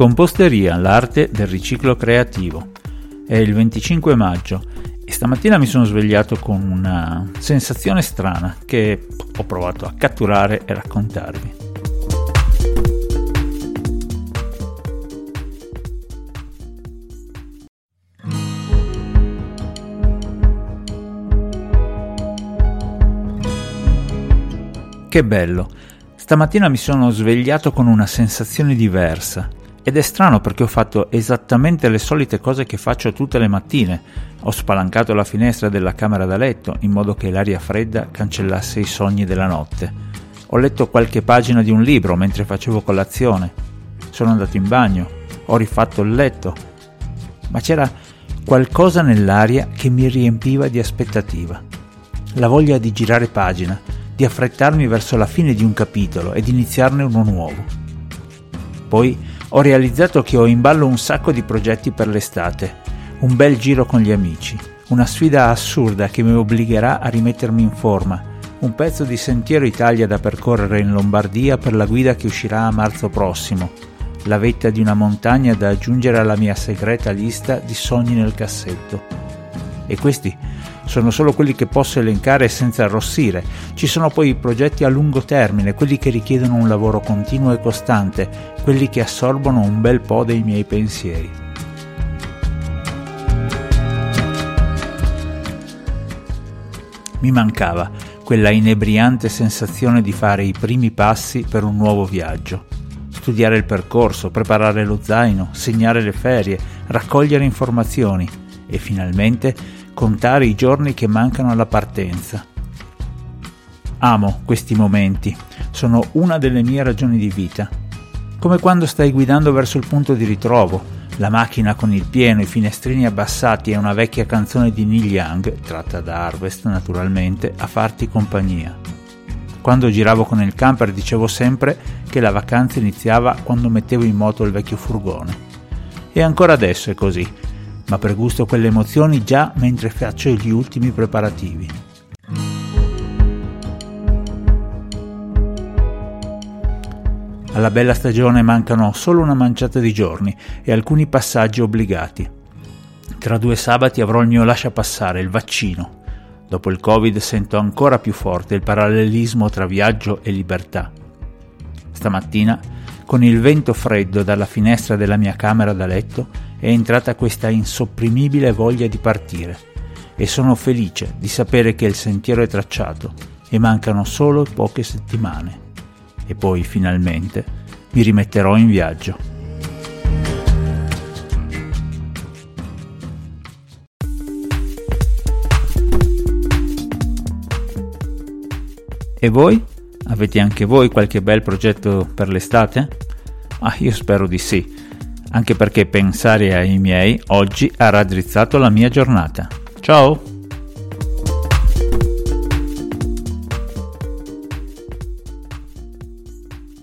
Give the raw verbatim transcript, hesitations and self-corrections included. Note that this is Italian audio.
Composteria, l'arte del riciclo creativo. È il venticinque maggio e stamattina mi sono svegliato con una sensazione strana che ho provato a catturare e raccontarvi. Che bello! Stamattina mi sono svegliato con una sensazione diversa ed è strano perché ho fatto esattamente le solite cose che faccio tutte le mattine. Ho spalancato la finestra della camera da letto in modo che l'aria fredda cancellasse i sogni della notte. Ho letto qualche pagina di un libro mentre facevo colazione. Sono andato in bagno, ho rifatto il letto, ma c'era qualcosa nell'aria che mi riempiva di aspettativa. La voglia di girare pagina, di affrettarmi verso la fine di un capitolo ed iniziarne uno nuovo. Poi ho realizzato che ho in ballo un sacco di progetti per l'estate, un bel giro con gli amici, una sfida assurda che mi obbligherà a rimettermi in forma, un pezzo di Sentiero Italia da percorrere in Lombardia per la guida che uscirà a marzo prossimo, la vetta di una montagna da aggiungere alla mia segreta lista di sogni nel cassetto. E questi sono solo quelli che posso elencare senza arrossire. Ci sono poi i progetti a lungo termine, quelli che richiedono un lavoro continuo e costante, quelli che assorbono un bel po' dei miei pensieri. Mi mancava quella inebriante sensazione di fare i primi passi per un nuovo viaggio. Studiare il percorso, preparare lo zaino, segnare le ferie, raccogliere informazioni e finalmente contare i giorni che mancano alla partenza. Amo questi momenti, sono una delle mie ragioni di vita. Come quando stai guidando verso il punto di ritrovo, la macchina con il pieno, i finestrini abbassati e una vecchia canzone di Neil Young, tratta da Harvest naturalmente, a farti compagnia. Quando giravo con il camper dicevo sempre che la vacanza iniziava quando mettevo in moto il vecchio furgone. E ancora adesso è così, ma pregusto quelle emozioni già mentre faccio gli ultimi preparativi. Alla bella stagione mancano solo una manciata di giorni e alcuni passaggi obbligati. Tra due sabati avrò il mio lasciapassare, il vaccino. Dopo il Covid sento ancora più forte il parallelismo tra viaggio e libertà. Stamattina, con il vento freddo dalla finestra della mia camera da letto, è entrata questa insopprimibile voglia di partire e sono felice di sapere che il sentiero è tracciato e mancano solo poche settimane e poi finalmente mi rimetterò in viaggio. E voi? Avete anche voi qualche bel progetto per l'estate? Ah, io spero di sì. Anche perché pensare ai miei oggi ha raddrizzato la mia giornata. Ciao!